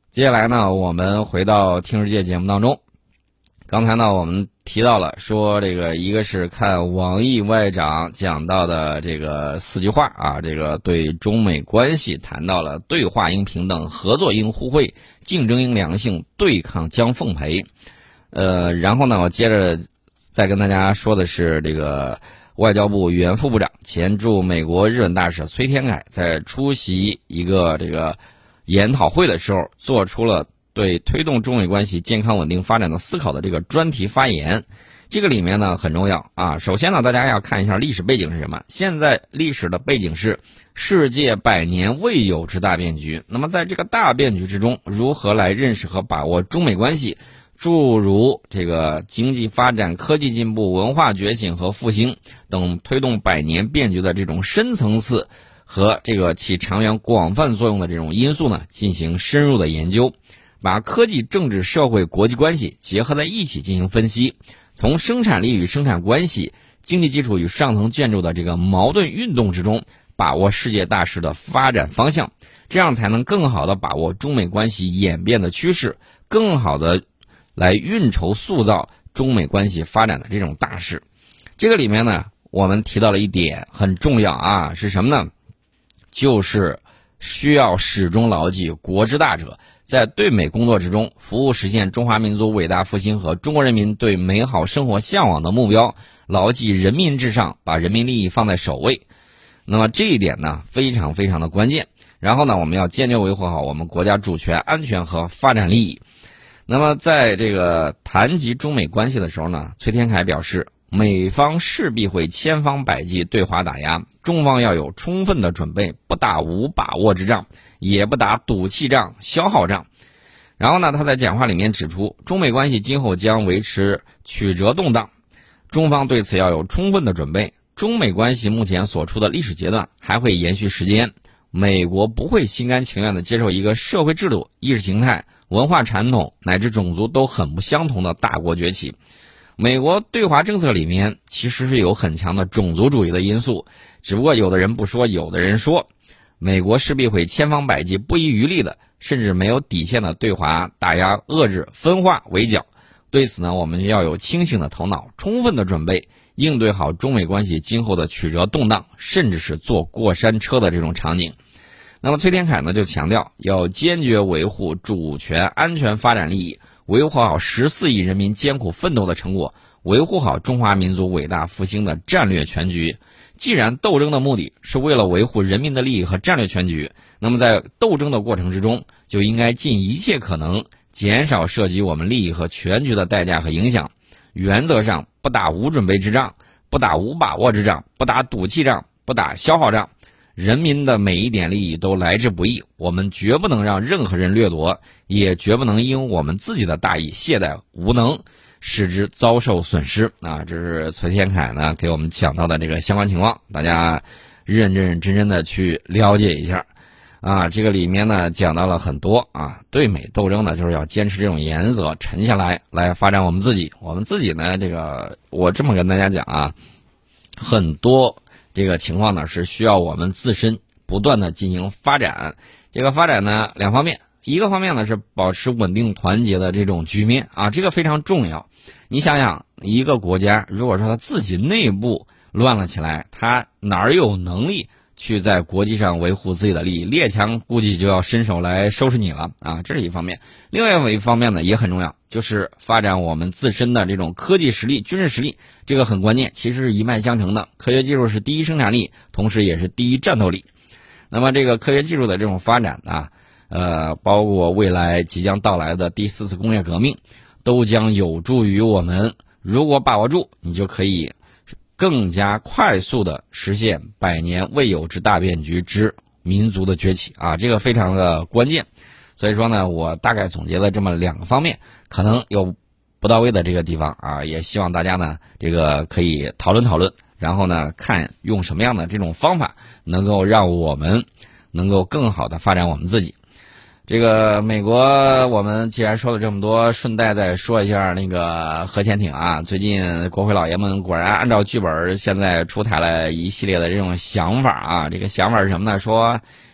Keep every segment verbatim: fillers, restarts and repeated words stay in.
接下来呢，我们回到听世界节目当中。刚才呢，我们提到了说这个一个是看王毅外长讲到的这个四句话啊，这个对中美关系谈到了对话应平等，合作应互惠，竞争应良性，对抗将奉陪。呃，然后呢，我接着再跟大家说的是这个外交部原副部长、前驻美国日本大使崔天凯在出席一个这个研讨会的时候，做出了对推动中美关系健康稳定发展的思考的这个专题发言。这个里面呢很重要啊。首先呢，大家要看一下历史背景是什么。现在历史的背景是世界百年未有之大变局。那么在这个大变局之中，如何来认识和把握中美关系，诸如这个经济发展、科技进步、文化觉醒和复兴等推动百年变局的这种深层次和这个起长远广泛作用的这种因素呢，进行深入的研究，把科技、政治、社会、国际关系结合在一起进行分析，从生产力与生产关系、经济基础与上层建筑的这个矛盾运动之中，把握世界大势的发展方向，这样才能更好的把握中美关系演变的趋势，更好的来运筹塑造中美关系发展的这种大势。这个里面呢，我们提到了一点很重要啊，是什么呢？就是需要始终牢记国之大者，在对美工作之中，服务实现中华民族伟大复兴和中国人民对美好生活向往的目标，牢记人民至上，把人民利益放在首位。那么这一点呢，非常非常的关键。然后呢，我们要坚决维护好我们国家主权、安全和发展利益。那么在这个谈及中美关系的时候呢，崔天凯表示，美方势必会千方百计对华打压，中方要有充分的准备，不打无把握之仗，也不打赌气仗、消耗仗。然后呢，他在讲话里面指出，中美关系今后将维持曲折动荡，中方对此要有充分的准备。中美关系目前所处的历史阶段还会延续时间，美国不会心甘情愿地接受一个社会制度、意识形态、文化传统乃至种族都很不相同的大国崛起。美国对华政策里面其实是有很强的种族主义的因素，只不过有的人不说，有的人说，美国势必会千方百计、不遗余力的，甚至没有底线的对华打压、遏制、分化、围剿。对此呢，我们要有清醒的头脑，充分的准备，应对好中美关系今后的曲折动荡，甚至是坐过山车的这种场景。那么崔天凯呢就强调，要坚决维护主权、安全、发展利益，维护好十四亿人民艰苦奋斗的成果，维护好中华民族伟大复兴的战略全局。既然斗争的目的是为了维护人民的利益和战略全局，那么在斗争的过程之中，就应该尽一切可能减少涉及我们利益和全局的代价和影响。原则上不打无准备之仗，不打无把握之仗，不打赌气仗，不打消耗仗。人民的每一点利益都来之不易，我们绝不能让任何人掠夺，也绝不能因我们自己的大意、懈怠、无能，使之遭受损失啊！这是崔天凯呢给我们讲到的这个相关情况，大家认认真真的去了解一下啊！这个里面呢讲到了很多啊，对美斗争呢就是要坚持这种原则，沉下来来发展我们自己。我们自己呢，这个我这么跟大家讲啊，很多这个情况呢是需要我们自身不断的进行发展。这个发展呢两方面，一个方面呢是保持稳定团结的这种局面啊，这个非常重要。你想想，一个国家如果说他自己内部乱了起来，他哪儿有能力去在国际上维护自己的利益？列强估计就要伸手来收拾你了啊，这是一方面。另外一方面呢也很重要，就是发展我们自身的这种科技实力、军事实力，这个很关键，其实是一脉相承的。科学技术是第一生产力，同时也是第一战斗力。那么这个科学技术的这种发展啊，呃，包括未来即将到来的第四次工业革命，都将有助于我们，如果把握住，你就可以更加快速的实现百年未有之大变局之民族的崛起啊，这个非常的关键。所以说呢，我大概总结了这么两个方面，可能有不到位的这个地方啊，也希望大家呢这个可以讨论讨论，然后呢看用什么样的这种方法能够让我们能够更好的发展我们自己。这个美国，我们既然说了这么多，顺带再说一下那个核潜艇啊。最近国会老爷们果然按照剧本，现在出台了一系列的这种想法啊。这个想法是什么呢？说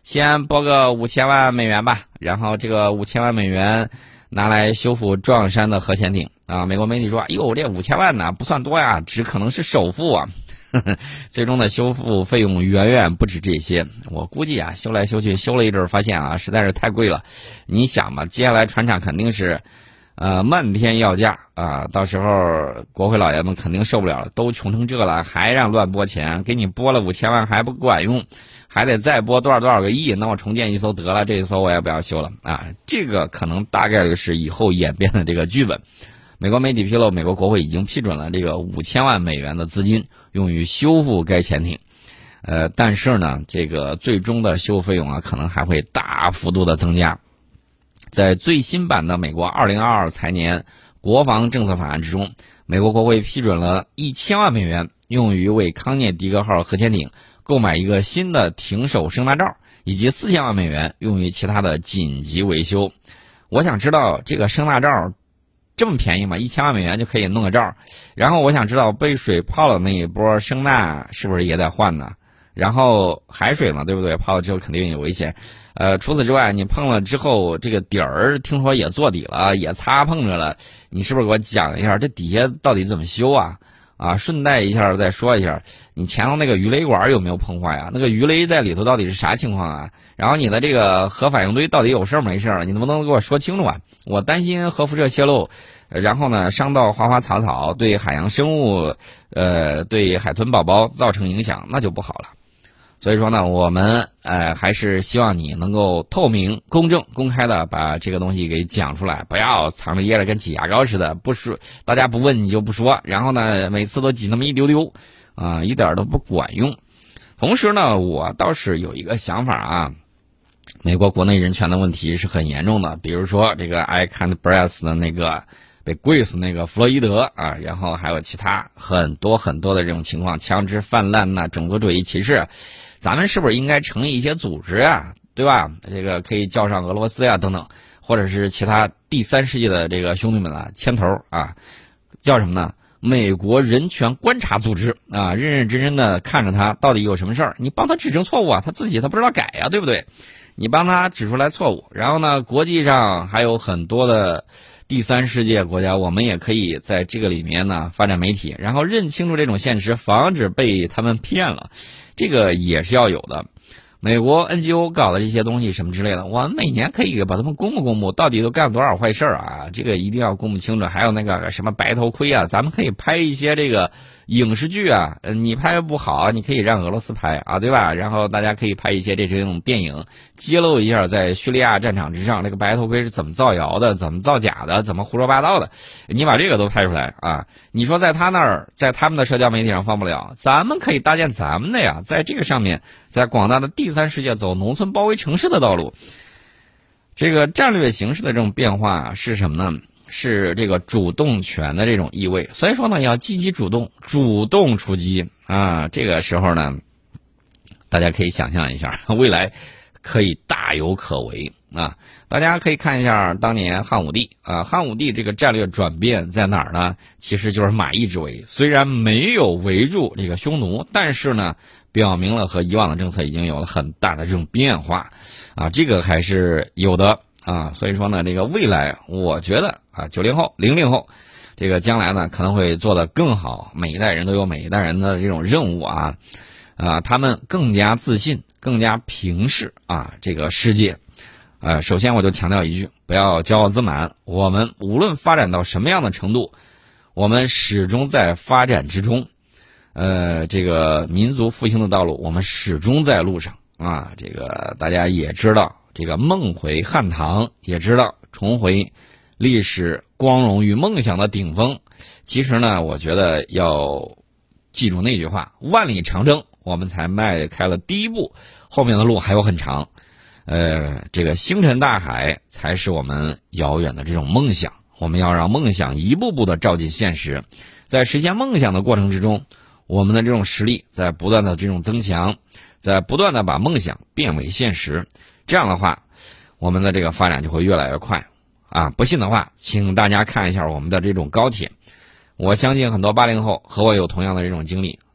先拨个五千万美元吧，然后这个五千万美元拿来修复撞山的核潜艇啊。美国媒体说，哎呦，这五千万呢不算多呀，只可能是首付啊。最终的修复费用远远不止这些，我估计啊，修来修去修了一阵，发现啊实在是太贵了。你想吧，接下来船厂肯定是，呃，漫天要价啊，到时候国会老爷们肯定受不了了，都穷成这了，还让乱拨钱，给你拨了五千万还不管用，还得再拨多少多少个亿，那我重建一艘得了，这一艘我也不要修了啊。这个可能大概率是以后演变的这个剧本。美国媒体披露，美国国会已经批准了这个五千万美元的资金用于修复该潜艇，呃，但是呢，这个最终的修复费用啊，可能还会大幅度的增加。在最新版的美国二零二二财年国防政策法案之中，美国国会批准了一千万美元用于为康涅狄格号核潜艇购买一个新的艇首声纳罩，以及四千万美元用于其他的紧急维修。我想知道这个声纳罩这么便宜吗？一千万美元就可以弄个罩，然后我想知道被水泡了那一波声纳是不是也得换呢？然后海水嘛，对不对？泡了之后肯定有危险。呃，除此之外，你碰了之后，这个底儿听说也做底了，也擦碰着了，你是不是给我讲一下这底下到底怎么修啊？啊，顺带一下再说一下，你前头那个鱼雷管有没有碰坏啊？那个鱼雷在里头到底是啥情况啊？然后你的这个核反应堆到底有事儿没事儿？你能不能给我说清楚啊？我担心核辐射泄漏，然后呢伤到花花草草，对海洋生物，呃，对海豚宝宝造成影响，那就不好了。所以说呢，我们呃还是希望你能够透明、公正、公开的把这个东西给讲出来，不要藏着掖着跟挤牙膏似的，不说大家不问你就不说，然后呢每次都挤那么一丢丢，啊、呃，一点都不管用。同时呢，我倒是有一个想法啊，美国国内人权的问题是很严重的，比如说这个 I Can't Breathe 的那个被跪死那个弗洛伊德啊，然后还有其他很多很多的这种情况，枪支泛滥呐、种族主义歧视。咱们是不是应该成立一些组织啊，对吧？这个可以叫上俄罗斯呀等等，或者是其他第三世界的这个兄弟们啊牵头啊，叫什么呢？美国人权观察组织啊，认认真真的看着他到底有什么事儿，你帮他指正错误啊，他自己他不知道改呀，对不对？你帮他指出来错误，然后呢，国际上还有很多的第三世界国家，我们也可以在这个里面呢发展媒体，然后认清楚这种现实，防止被他们骗了。这个也是要有的。美国 N G O 搞的这些东西什么之类的，我们每年可以把他们公布公布，到底都干了多少坏事啊？这个一定要公布清楚。还有那个什么白头盔啊，咱们可以拍一些这个影视剧啊，你拍不好，你可以让俄罗斯拍啊，对吧？然后大家可以拍一些这种电影，揭露一下在叙利亚战场之上，这个白头盔是怎么造谣的，怎么造假的，怎么胡说八道的，你把这个都拍出来啊！你说在他那儿，在他们的社交媒体上放不了，咱们可以搭建咱们的呀，在这个上面，在广大的第三世界走农村包围城市的道路。这个战略形势的这种变化是什么呢？是这个主动权的这种意味，所以说呢，要积极主动，主动出击啊！这个时候呢，大家可以想象一下，未来可以大有可为啊！大家可以看一下当年汉武帝啊，汉武帝这个战略转变在哪儿呢？其实就是马邑之围，虽然没有围住这个匈奴，但是呢，表明了和以往的政策已经有了很大的这种变化啊，这个还是有的。啊，所以说呢，这个未来，我觉得啊，九零后、零零后，这个将来呢可能会做得更好。每一代人都有每一代人的这种任务啊，啊，他们更加自信，更加平视啊这个世界。呃，首先我就强调一句，不要骄傲自满。我们无论发展到什么样的程度，我们始终在发展之中。呃，这个民族复兴的道路，我们始终在路上啊。这个大家也知道。这个梦回汉唐，也知道重回历史光荣与梦想的顶峰。其实呢，我觉得要记住那句话，万里长征我们才迈开了第一步，后面的路还有很长。呃，这个星辰大海才是我们遥远的这种梦想，我们要让梦想一步步的照进现实。在实现梦想的过程之中，我们的这种实力在不断的这种增强，在不断的把梦想变为现实。这样的话，我们的这个发展就会越来越快啊！不信的话，请大家看一下我们的这种高铁。我相信很多八零后和我有同样的这种经历，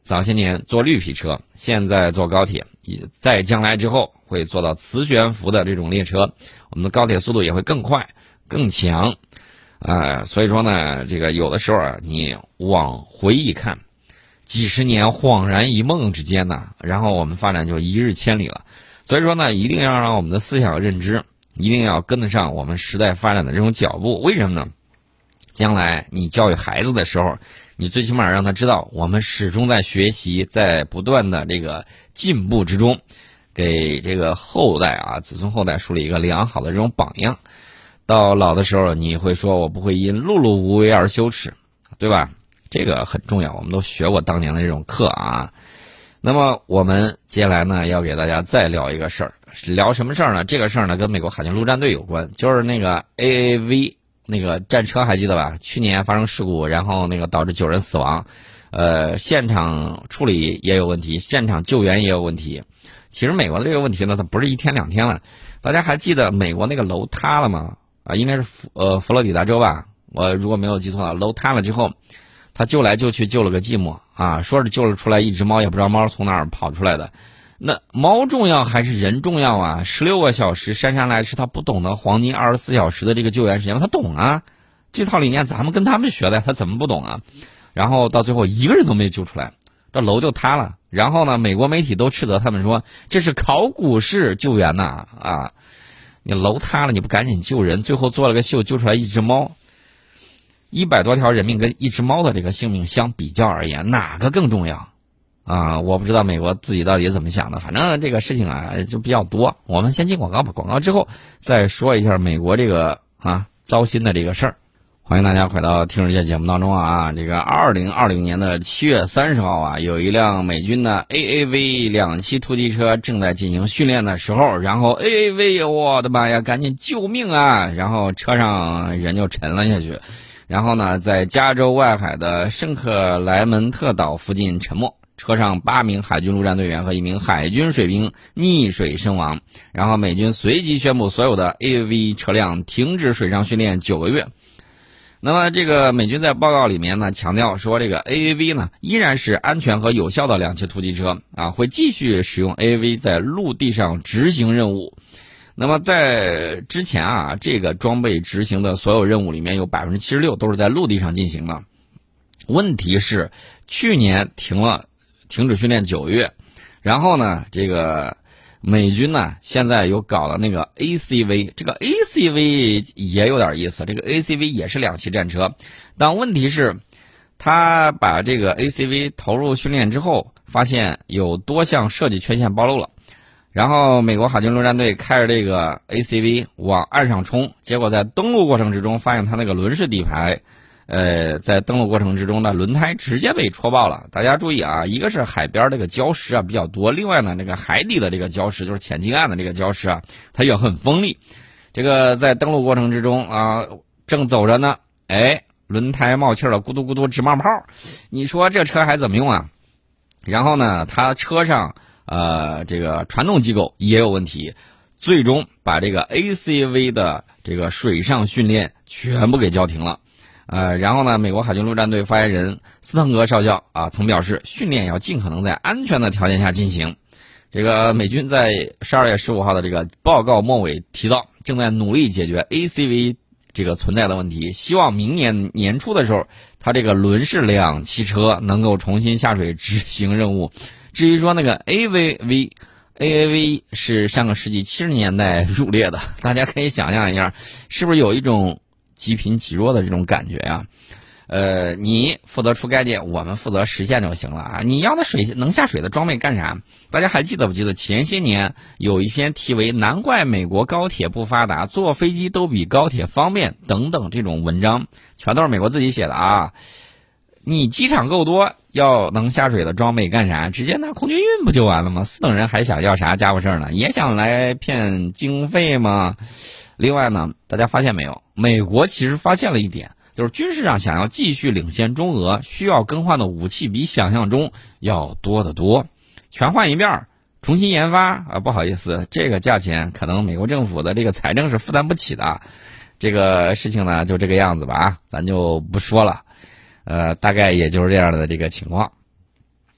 早些年坐绿皮车，现在坐高铁，在将来之后会做到磁悬浮的这种列车，我们的高铁速度也会更快更强。呃，所以说呢，这个有的时候啊，你往回忆看，几十年恍然一梦之间呢，然后我们发展就一日千里了。所以说呢，一定要让我们的思想认知一定要跟得上我们时代发展的这种脚步。为什么呢？将来你教育孩子的时候，你最起码让他知道我们始终在学习，在不断的这个进步之中，给这个后代啊子孙后代树立一个良好的这种榜样。到老的时候你会说我不会因碌碌无为而羞耻，对吧？这个很重要，我们都学过当年的这种课啊。那么我们接下来呢要给大家再聊一个事儿，聊什么事儿呢？这个事儿呢跟美国海军陆战队有关，就是那个 A A V 那个战车还记得吧？去年发生事故，然后那个导致九人死亡，呃，现场处理也有问题，现场救援也有问题。其实美国的这个问题呢，它不是一天两天了。大家还记得美国那个楼塌了吗？啊，应该是佛呃佛罗里达州吧，我如果没有记错，楼塌了之后，他救来救去救了个寂寞啊，说是救了出来一只猫，也不知道猫从哪儿跑出来的。那猫重要还是人重要啊？十六个小时姗姗来迟，他不懂得黄金二十四小时的这个救援时间吗？他懂啊，这套理念咱们跟他们学的，他怎么不懂啊？然后到最后一个人都没救出来，这楼就塌了。然后呢，美国媒体都斥责他们说这是考古式救援呐啊！你楼塌了，你不赶紧救人，最后做了个秀，救出来一只猫，一百多条人命跟一只猫的这个性命相比较而言，哪个更重要啊？我不知道美国自己到底怎么想的，反正这个事情啊就比较多。我们先进广告吧，广告之后再说一下美国这个啊糟心的这个事儿。欢迎大家回到听世界节目当中啊！这个二零二零年的七月三十号啊，有一辆美军的 A A V 两栖突击车正在进行训练的时候，然后 A A V 我的妈呀，赶紧救命啊！然后车上人就沉了下去，然后呢，在加州外海的圣克莱门特岛附近沉没。车上八名海军陆战队员和一名海军水兵溺水身亡，然后美军随即宣布所有的 A A V 车辆停止水上训练九个月。那么这个美军在报告里面呢强调说，这个 A A V 呢依然是安全和有效的两栖突击车啊，会继续使用 A A V 在陆地上执行任务。那么在之前啊，这个装备执行的所有任务里面有 百分之七十六 都是在陆地上进行的。问题是去年停了停止训练九个月，然后呢这个美军呢现在又搞了那个 A C V， 这个 A C V 也有点意思，这个 A C V 也是两栖战车，但问题是他把这个 A C V 投入训练之后，发现有多项设计缺陷暴露了，然后美国海军陆战队开着这个 A C V 往岸上冲，结果在登陆过程之中发现它那个轮式底盘呃，在登陆过程之中呢，轮胎直接被戳爆了。大家注意啊，一个是海边这个礁石啊比较多，另外呢，这个海底的这个礁石，就是浅近岸的这个礁石啊，它也很锋利。这个在登陆过程之中啊，正走着呢，哎，轮胎冒气了，咕嘟咕嘟直冒泡。你说这车还怎么用啊？然后呢，它车上呃这个传动机构也有问题，最终把这个 A C V 的这个水上训练全部给叫停了。呃，然后呢，美国海军陆战队发言人斯滕格少校啊，曾表示，训练要尽可能在安全的条件下进行。这个美军在十二月十五号的这个报告末尾提到，正在努力解决 A C V 这个存在的问题，希望明年年初的时候，它这个轮式两栖车能够重新下水执行任务。至于说那个 A V V。A A V 是上个世纪七十年代入列的，大家可以想象一下，是不是有一种极贫极弱的这种感觉呀？呃，你负责出概念，我们负责实现就行了啊！你要的水能下水的装备干啥？大家还记得不记得前些年有一篇题为"难怪美国高铁不发达，坐飞机都比高铁方便"等等这种文章，全都是美国自己写的啊！你机场够多，要能下水的装备干啥？直接拿空军运不就完了吗？四等人还想要啥家伙事儿呢？也想来骗经费吗？另外呢，大家发现没有？美国其实发现了一点，就是军事上想要继续领先中俄，需要更换的武器比想象中要多得多。全换一遍，重新研发啊！不好意思，这个价钱可能美国政府的这个财政是负担不起的。这个事情呢，就这个样子吧啊，咱就不说了。呃，大概也就是这样的这个情况。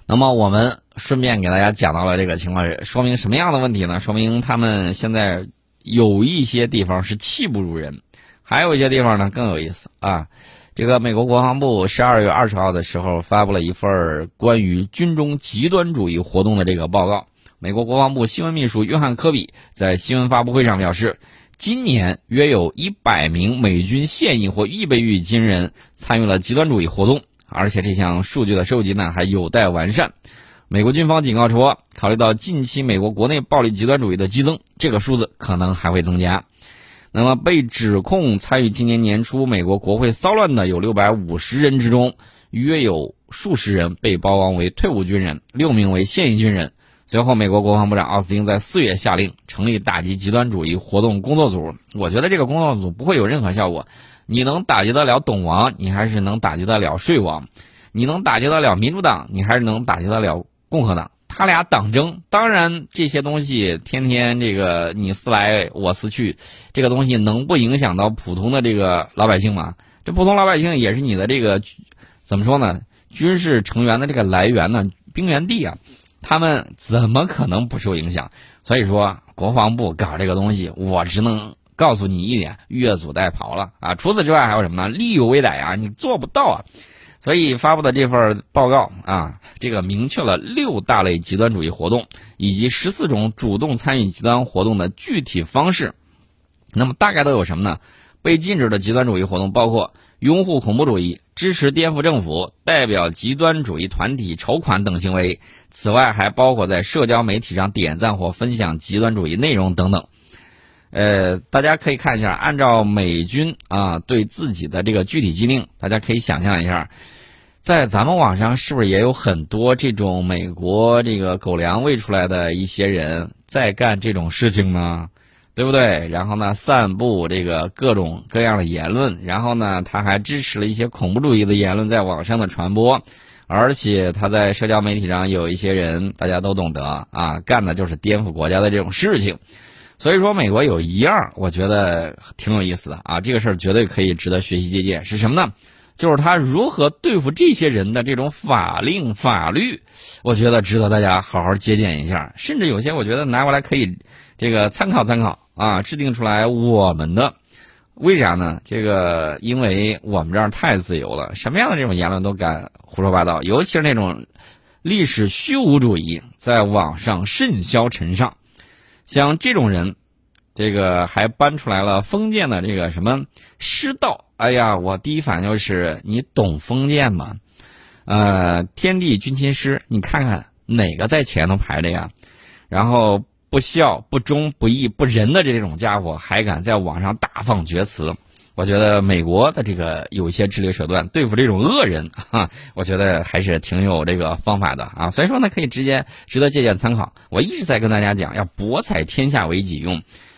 那么我们顺便给大家讲到了这个情况，说明什么样的问题呢？说明他们现在有一些地方是气不如人，还有一些地方呢更有意思啊。这个美国国防部十二月二十号的时候发布了一份关于军中极端主义活动的这个报告。美国国防部新闻秘书约翰科比在新闻发布会上表示，今年约有一百名美军现役或预备役军人参与了极端主义活动，而且这项数据的收集呢还有待完善。美国军方警告说，考虑到近期美国国内暴力极端主义的激增，这个数字可能还会增加。那么被指控参与今年年初美国国会骚乱的有六百五十人之中，约有数十人被曝光为退伍军人，六名为现役军人。随后美国国防部长奥斯汀在四月下令成立打击极端主义活动工作组。我觉得这个工作组不会有任何效果，你能打击得了董王，你还是能打击得了税王，你能打击得了民主党，你还是能打击得了共和党。他俩党争，当然这些东西天天这个你思来我思去，这个东西能不影响到普通的这个老百姓吗？这普通老百姓也是你的这个怎么说呢，军事成员的这个来源呢，兵源地啊，他们怎么可能不受影响？所以说国防部搞这个东西，我只能告诉你一点，越俎代庖了啊！除此之外还有什么呢？力有为逮啊，你做不到啊！所以发布的这份报告啊，这个明确了六大类极端主义活动以及十四种主动参与极端活动的具体方式。那么大概都有什么呢？被禁止的极端主义活动包括拥护恐怖主义、支持颠覆政府、代表极端主义团体筹款等行为。此外还包括在社交媒体上点赞或分享极端主义内容等等。呃，大家可以看一下，按照美军啊对自己的这个具体禁令，大家可以想象一下，在咱们网上是不是也有很多这种美国这个狗粮喂出来的一些人在干这种事情呢？对不对？然后呢，散布这个各种各样的言论，然后呢，他还支持了一些恐怖主义的言论在网上的传播，而且他在社交媒体上有一些人，大家都懂得啊，干的就是颠覆国家的这种事情。所以说美国有一样我觉得挺有意思的啊，这个事儿绝对可以值得学习借鉴，是什么呢？就是他如何对付这些人的这种法令法律，我觉得值得大家好好借鉴一下，甚至有些我觉得拿过来可以这个参考参考啊，制定出来我们的。为啥呢？这个因为我们这儿太自由了，什么样的这种言论都敢胡说八道，尤其是那种历史虚无主义在网上甚嚣尘上。像这种人，这个还搬出来了封建的这个什么师道。哎呀，我第一反应就是你懂封建吗？呃，天地君亲师，你看看哪个在前头排着呀？然后不孝不忠不义不仁的这种家伙还敢在网上大放厥词，我觉得美国的这个有一些治理手段对付这种恶人哈，我觉得还是挺有这个方法的啊。所以说呢，可以直接值得借鉴参考。我一直在跟大家讲，要博采天下为己用。